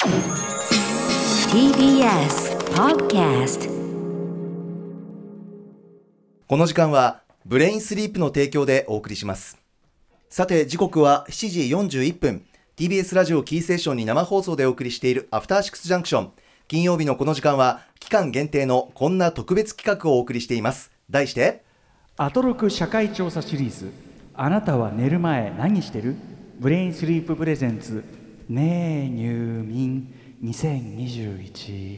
TBS Podcast。 この時間はブレインスリープの提供でお送りします。さて時刻は7時41分 TBS ラジオキーステーションに生放送でお送りしているアフターシックスジャンクション。金曜日のこの時間は期間限定のこんな特別企画をお送りしています。題してアトロク社会調査シリーズ、あなたは寝る前何してる？ブレインスリーププレゼンツねえ入眠2021。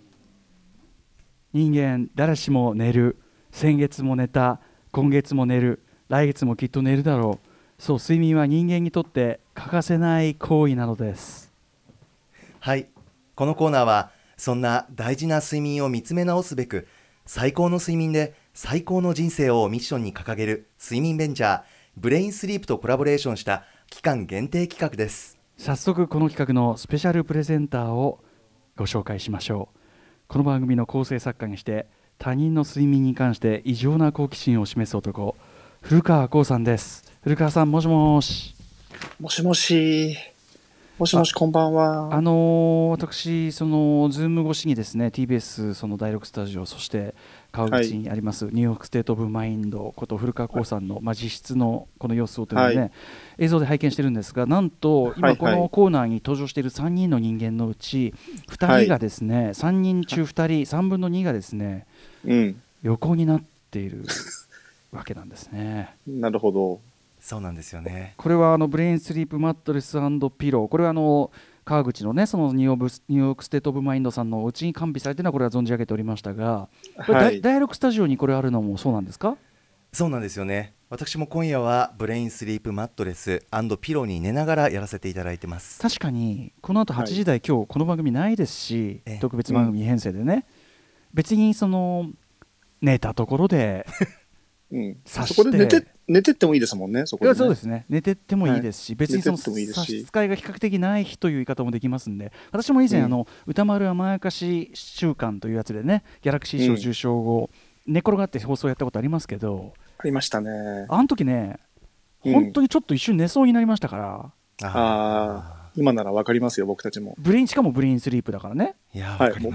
人間誰しも寝る。先月も寝た、今月も寝る、来月もきっと寝るだろう。そう、睡眠は人間にとって欠かせない行為なのです。 はい、このコーナーはそんな大事な睡眠を見つめ直すべく、最高の睡眠で最高の人生をミッションに掲げる睡眠ベンチャーブレインスリープとコラボレーションした期間限定企画です。 早速この企画のスペシャルプレゼンターをご紹介しましょう。この番組の構成作家にして他人の睡眠に関して異常な好奇心を示す男、古川光さんです。古川さん、もしもし。 もしもし。もしもし、こんばんは。 私そのズーム越しにですね TBS その第6スタジオ、そして川口にあります、ニューヨークステートオブマインドこと古川光さんの、実質のこの様子をというのをね、映像で拝見してるんですが、なんと今このコーナーに登場している3人の人間のうち2人がですね、3人中2人3分の2がですね、横になっているわけなんですね。 なるほど。 そうなんですよね。 これはブレインスリープマットレス&ピロー、これは川口のね、そのニューヨークステートオブマインドさんのうちに完備されているのはこれは存じ上げておりましたが、第6スタジオにこれあるのもそうなんですか？ そうなんですよね。私も今夜はブレインスリープマットレス&ピローに寝ながらやらせていただいてます。 確かにこの後8時台、今日この番組ないですし、特別番組編成でね、別にその寝たところでそこで寝てってもいいですもんね。そこでね。 そうですね、寝てってもいいですし、別にその差し支えが比較的ない日という言い方もできますんで、私も以前、歌丸甘やかし週間というやつでね、ギャラクシー賞受賞後、寝転がって放送やったことありますけど、 ありましたね。 あの時ね、本当にちょっと一瞬寝そうになりましたから。 今なら分かりますよ、僕たちも。 しかもブレインスリープだからね。 いや、分かります。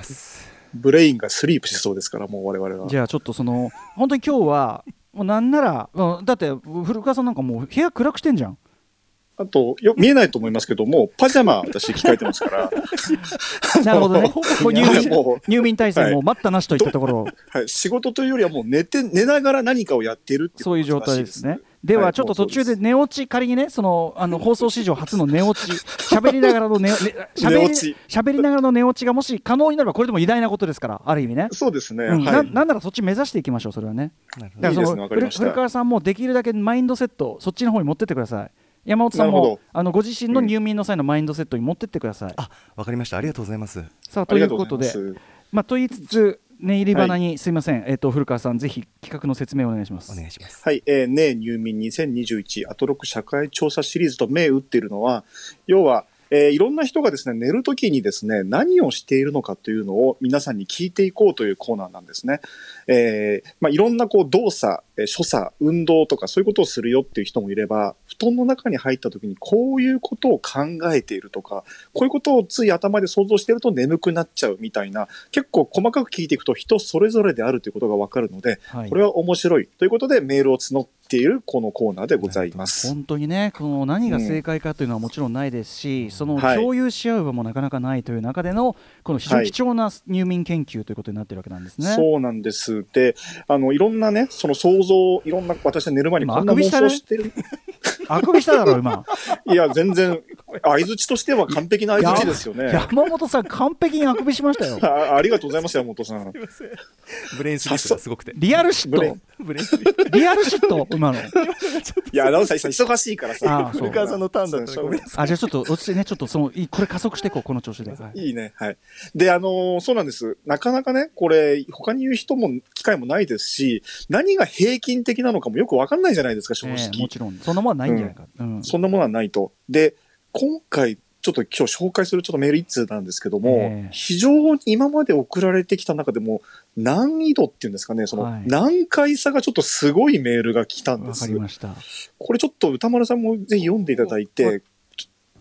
ブレインがスリープしそうですから、もう我々は。 じゃあちょっと本当に今日はもうなんなら、だって古川さんなんかもう部屋暗くしてんじゃん。 あと見えないと思いますけども、パジャマ私着替えてますからなるほどね。入眠体制も待ったなしといったところ、 仕事というよりはもう寝ながら何かをやっているっていう、 そういう状態ですね。ではちょっと途中で寝落ち、仮にね、放送史上初の寝落ち、喋りながらの喋りながらの寝落ちがもし可能になれば、これでも偉大なことですから、ある意味ね。 そうですね。 なんならそっち目指していきましょう、それはね。だから古川さんもできるだけマインドセット、そっちの方に持ってってください。山本さんもご自身の入眠の際のマインドセットに持ってってください。 わかりました。ありがとうございます。 さあ、ということで、と言いつつ寝入り花にすいません、古川さん、ぜひ企画の説明をお願いします。 お願いします。 はい、ねえ入眠2021アトロク社会調査シリーズと銘打っているのは、要はいろんな人がですね、寝るときにですね、何をしているのかというのを皆さんに聞いていこうというコーナーなんですね。いろんな動作、所作、運動とかそういうことをするよっていう人もいれば、布団の中に入ったときにこういうことを考えているとか、こういうことをつい頭で想像していると眠くなっちゃうみたいな、結構細かく聞いていくと人それぞれであるということがわかるので、これは面白いということでメールを募っているこのコーナーでございます。 本当にね、この何が正解かというのはもちろんないですし、その共有し合う場もなかなかないという中でのこの非常に貴重な入眠研究ということになっているわけなんですね。 そうなんです。で、いろんなね、その想像、いろんな私は寝る前にこんな妄想してる。 あくびしただろ今。 いや全然相槌としては完璧な相槌ですよね。 山本さん完璧にあくびしましたよ。 ありがとうございます山本さん。 ブレインスリープがすごくて。 リアルシット。リアルシット今の。いやアナウンサー忙しいからさ。 古川さんのターンだったらごめんなさい。 じゃあちょっと落ちてね、ちょっとこれ加速していこう、この調子で。 いいね。はい。でそうなんです。なかなかねこれ他に言う人も機会もないですし、何が平均的なのかもよくわかんないじゃないですか正直。 もちろんそんなものはないんじゃないか。 そんなものはないと。で今回ちょっと今日紹介するちょっとメール一通なんですけども、非常に今まで送られてきた中でも難易度っていうんですかね、その難解さがちょっとすごいメールが来たんです。 わかりました。 これちょっと歌丸さんもぜひ読んでいただいて、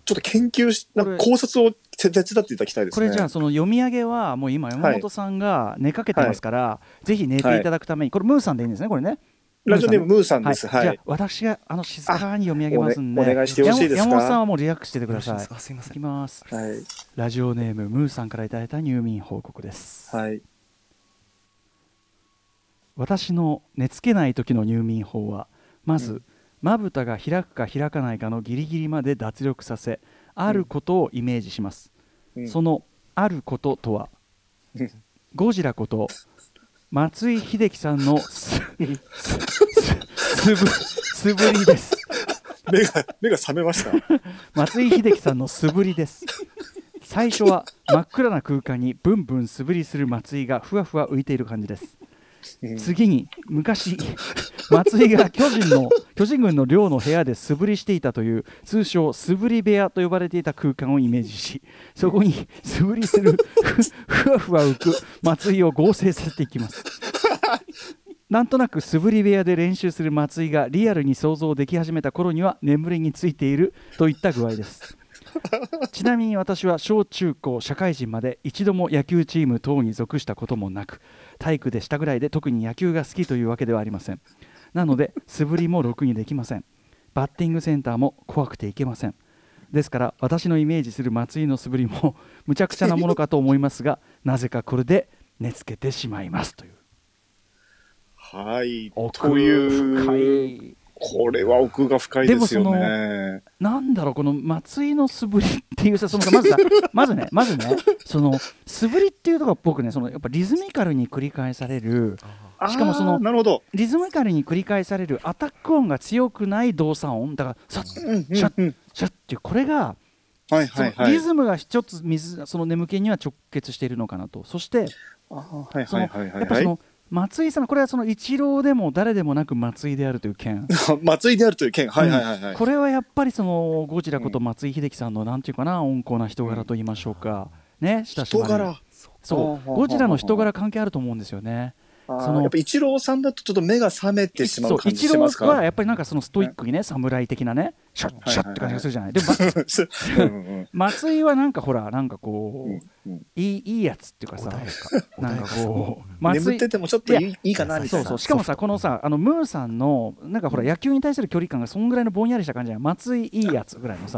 ちょっと研究しなんか考察を手伝っていただきたいですね。 これじゃあその読み上げはもう今山本さんが寝かけてますから、ぜひ寝ていただくために、これムーさんでいいんですねこれね。 ラジオネームムーさんです。はい。 じゃあ私が静かに読み上げますんで、 お願いしてよろしいですか。 山本さんはもうリラックスしててください。 すいません。 いきます。 はい。 ラジオネームムーさんからいただいた入眠報告です。 はい。 私の寝つけない時の入眠法は、まず、まぶたが開くか開かないかのギリギリまで脱力させ、あることをイメージします。そのあることとは、ゴジラこと松井秀喜さんの素振りです。 目が覚めました。 松井秀喜さんの素振りです。最初は真っ暗な空間にブンブン素振りする松井がふわふわ浮いている感じです。次に昔松井が巨人軍の寮の部屋で素振りしていたという通称素振り部屋と呼ばれていた空間をイメージし、そこに素振りするふわふわ浮く松井を合成させていきます。なんとなく素振り部屋で練習する松井がリアルに想像でき始めた頃には眠りについているといった具合です。ちなみに私は小中高社会人まで一度も野球チーム等に属したこともなく、体育でしたぐらいで特に野球が好きというわけではありません。なので素振りもろくにできません。バッティングセンターも怖くていけません。ですから私のイメージする松井の素振りもむちゃくちゃなものかと思いますが、なぜかこれで寝つけてしまいますという。 はい。 という深い。 これは奥が深いですよね。 なんだろう、この松井の素振りっていうさ、まずねその素振りっていうところが僕ね、やっぱリズミカルに繰り返される、しかもなるほど、 リズミカルに繰り返されるアタック音が強くない動作音だから、シャッシャッシャッっていう、これがリズムが一つその眠気には直結しているのかなと。そしてやっぱ松井さん、これはそのイチローでも誰でもなく松井であるという件松井であるという件、はいはいはい、 これはやっぱりそのゴジラこと松井秀喜さんのなんていうかな、温厚な人柄と言いましょうか、ね、親しまれるゴジラの人柄関係あると思うんですよね。 やっぱイチローさんだとちょっと目が覚めてしまう感じしますか。 イチローはやっぱりなんかそのストイックにね、侍的なね、シャッシャッって感じがするじゃない。でも松井はなんかほら、なんかこういいやつっていうかさ、なんかこう眠っててもちょっといいかなみたいな。 そうしかもさ、このさムーさんのなんかほら野球に対する距離感がそんぐらいのぼんやりした感じじゃない。松井いいやつぐらいのさ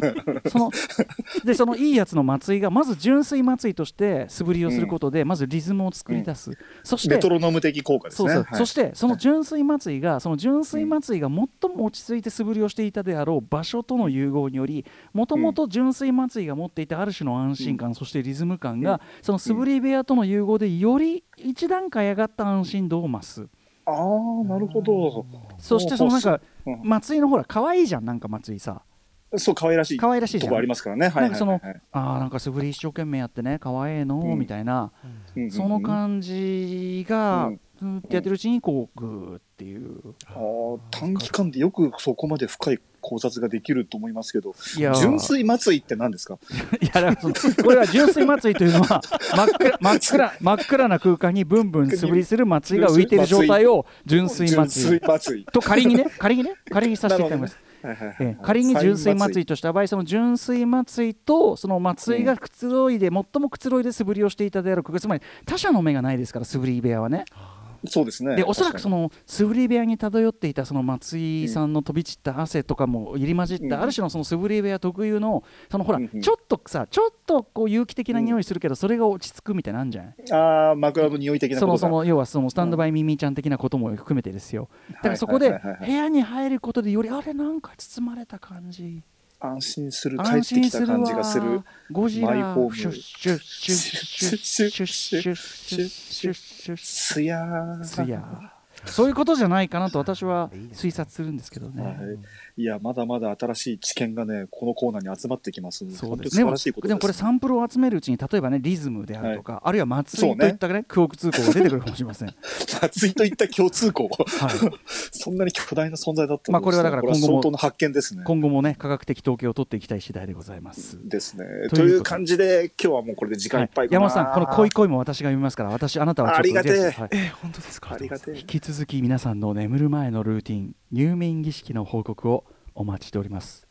そのいいやつの松井がまず純粋松井として素振りをすることでまずリズムを作り出す。そしてメトロノーム的効果ですね。 そしてその純粋松井が最も落ち着いて素振りをしていたであろう場所との融合により、もともと純粋松井が持っていたある種の安心感、そしてリズム感がその素振り部屋との融合でより一段階上がった安心度を増す。 なるほど。 そしてそのなんか松井のほら可愛いじゃん、なんか松井さ、 そう可愛らしいとこありますからね。 なんかなんか素振り一生懸命やってね、可愛いのみたいな、その感じがってやってるうちにこうグーっていう、 短期間でよくそこまで深い考察ができると思いますけど、純粋松井って何ですか。 いやこれは純粋松井というのは真っ暗な空間にブンブン素振りする松井が浮いている状態を純粋松井と仮にさせていただきます。仮に純粋松井とした場合、その純粋松井とその松井がくつろいで、最もくつろいで素振りをしていたである、つまり他者の目がないですから、素振り部屋はね。 そうですね。 でおそらくその素振り部屋に漂っていたその松井さんの飛び散った汗とかも入り混じった、ある種のその素振り部屋特有のそのほら、ちょっとこう有機的な匂いするけど、それが落ち着くみたいなんじゃない。 枕の匂い的なことが、 その要はそのスタンドバイミミちゃん的なことも含めてですよ。だからそこで部屋に入ることでよりあれなんか包まれた感じ、 安心する、帰ってきた感じがする。 ゴジラマイホームシュッシュッシュッシュッシュッシュッシュッシュッシュッすやー、 そういうことじゃないかなと私は推察するんですけどね。 いやまだまだ新しい知見がねこのコーナーに集まってきますので、 そうです。 素晴らしいことです。 でもこれサンプルを集めるうちに、例えばねリズムであるとか、あるいは松井といったね空腹通行が出てくるかもしれません。 松井といった共通項、そんなに巨大な存在だったのですね。 これはだから今後も相当の発見ですね。 今後もね科学的統計を取っていきたい次第でございますですね。という感じで今日はもうこれで時間いっぱいかな。 山本さん、この恋恋も私が読みますから、あなたはちょっとありがてえ。 本当ですか。 ありがてえ。 引き続き皆さんの眠る前のルーティン、入眠儀式の報告をお待ちしております。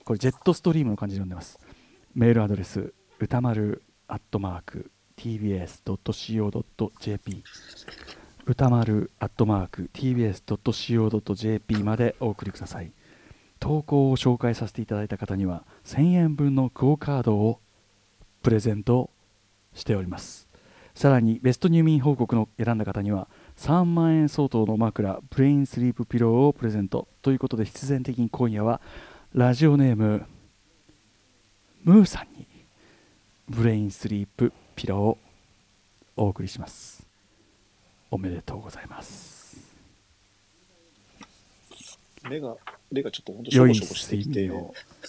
これジェットストリームの感じで読んでます。メールアドレス歌丸@tbs.co.jp 歌丸@tbs.co.jp までお送りください。投稿を紹介させていただいた方には1000円分のクオカードをプレゼントしております。さらにベスト入眠報告の選んだ方には3万円相当の枕ブレインスリープピローをプレゼントということで、必然的に今夜はラジオネームムーさんにブレインスリープピローをお送りします。おめでとうございます。 目がちょっと本当ショボショボしてきて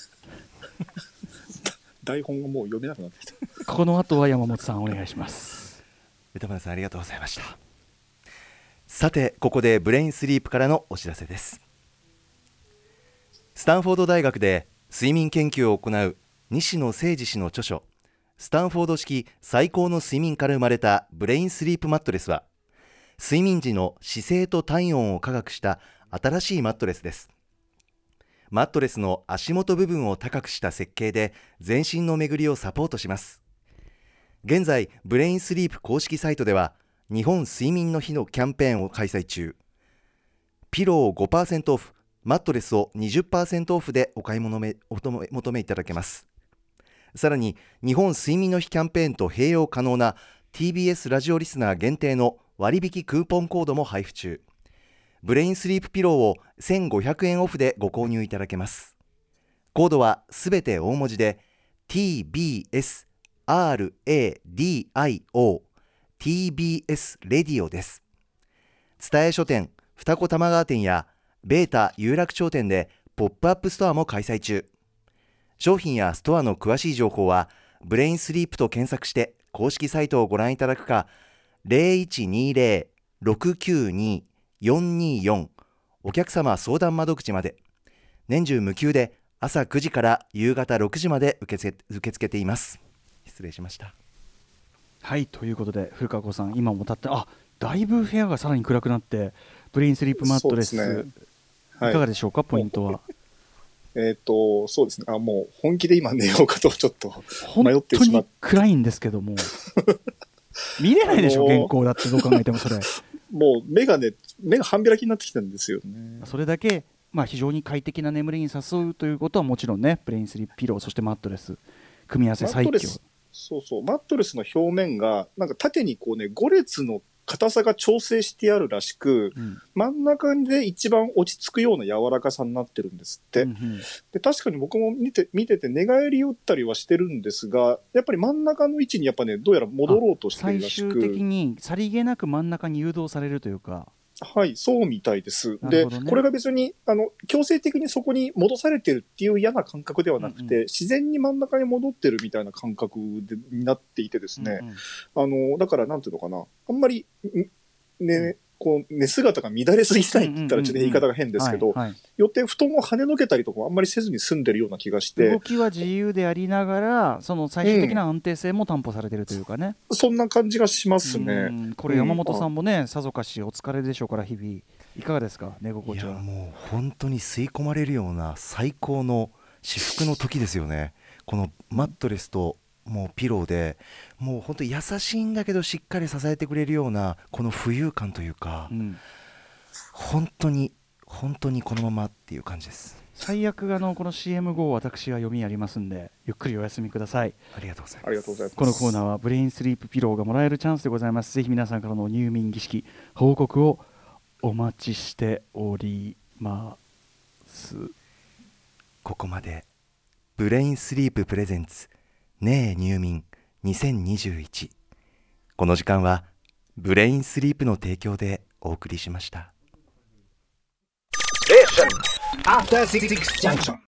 台本がもう読めなくなってきた。 この後は山本さんお願いします。 歌丸さんありがとうございました。さてここでブレインスリープからのお知らせです。スタンフォード大学で睡眠研究を行う西野誠二氏の著書スタンフォード式最高の睡眠から生まれたブレインスリープマットレスは、睡眠時の姿勢と体温を科学した新しいマットレスです。マットレスの足元部分を高くした設計で全身の巡りをサポートします。現在ブレインスリープ公式サイトでは日本睡眠の日のキャンペーンを開催中。ピローを 5% オフ、マットレスを 20% オフでお買い求めいただけます。さらに日本睡眠の日キャンペーンと併用可能な TBS ラジオリスナー限定の割引クーポンコードも配布中。ブレインスリープピローを1500円オフでご購入いただけます。コードはすべて大文字で TBS RADIO TBS レディオです。蔦屋書店、二子玉川店やベータ有楽町店でポップアップストアも開催中。商品やストアの詳しい情報はブレインスリープと検索して公式サイトをご覧いただくか、0120-692-424 お客様相談窓口まで。年中無休で朝9時から夕方6時まで受け付けています。失礼しました。 はい、ということで古川さん、今も立ってだいぶ部屋がさらに暗くなってブレインスリープマットレス、 そうですね、はい、 いかがでしょうか、ポイントは。 そうですね、もう本気で今寝ようかとちょっと迷ってしまって、 本当に暗いんですけども見れないでしょ、原稿だってどう考えてもそれもう目が半開きになってきたんですよね。 それだけ、非常に快適な眠りに誘うということはもちろんね、ブレインスリープピロー、そしてマットレス組み合わせ最強。 そうマットレスの表面がなんか縦にこうね5列の硬さが調整してあるらしく、真ん中で一番落ち着くような柔らかさになってるんですって、で確かに僕も見てて寝返り打ったりはしてるんですが、やっぱり真ん中の位置にやっぱねどうやら戻ろうとしてるらしく、 最終的にさりげなく真ん中に誘導されるというか、 はい、そうみたいです。 で、 これが別に強制的にそこに戻されてるっていう嫌な感覚ではなくて、自然に真ん中に戻ってるみたいな感覚になっていてですね、だからなんていうのかな、あんまりね、こう寝姿が乱れすぎないって言ったらちょっと言い方が変ですけど、よって布団を跳ねのけたりとかあんまりせずに済んでるような気がして、 動きは自由でありながらその最終的な安定性も担保されてるというかね、 そんな感じがしますね。 これ山本さんもね、さぞかしお疲れでしょうから日々いかがですか、寝心地は。 いやもう本当に吸い込まれるような最高の至福の時ですよね。このマットレスともうピローでもう本当に優しいんだけどしっかり支えてくれるようなこの浮遊感というか、本当にこのままっていう感じです。 最悪この CM 後私が読みやりますんでゆっくりお休みください。 ありがとうございます。 このコーナーはブレインスリープピローがもらえるチャンスでございます。ぜひ皆さんからの入眠儀式報告をお待ちしております。 ここまでブレインスリーププレゼンツねえ入眠2021、この時間はブレインスリープの提供でお送りしました。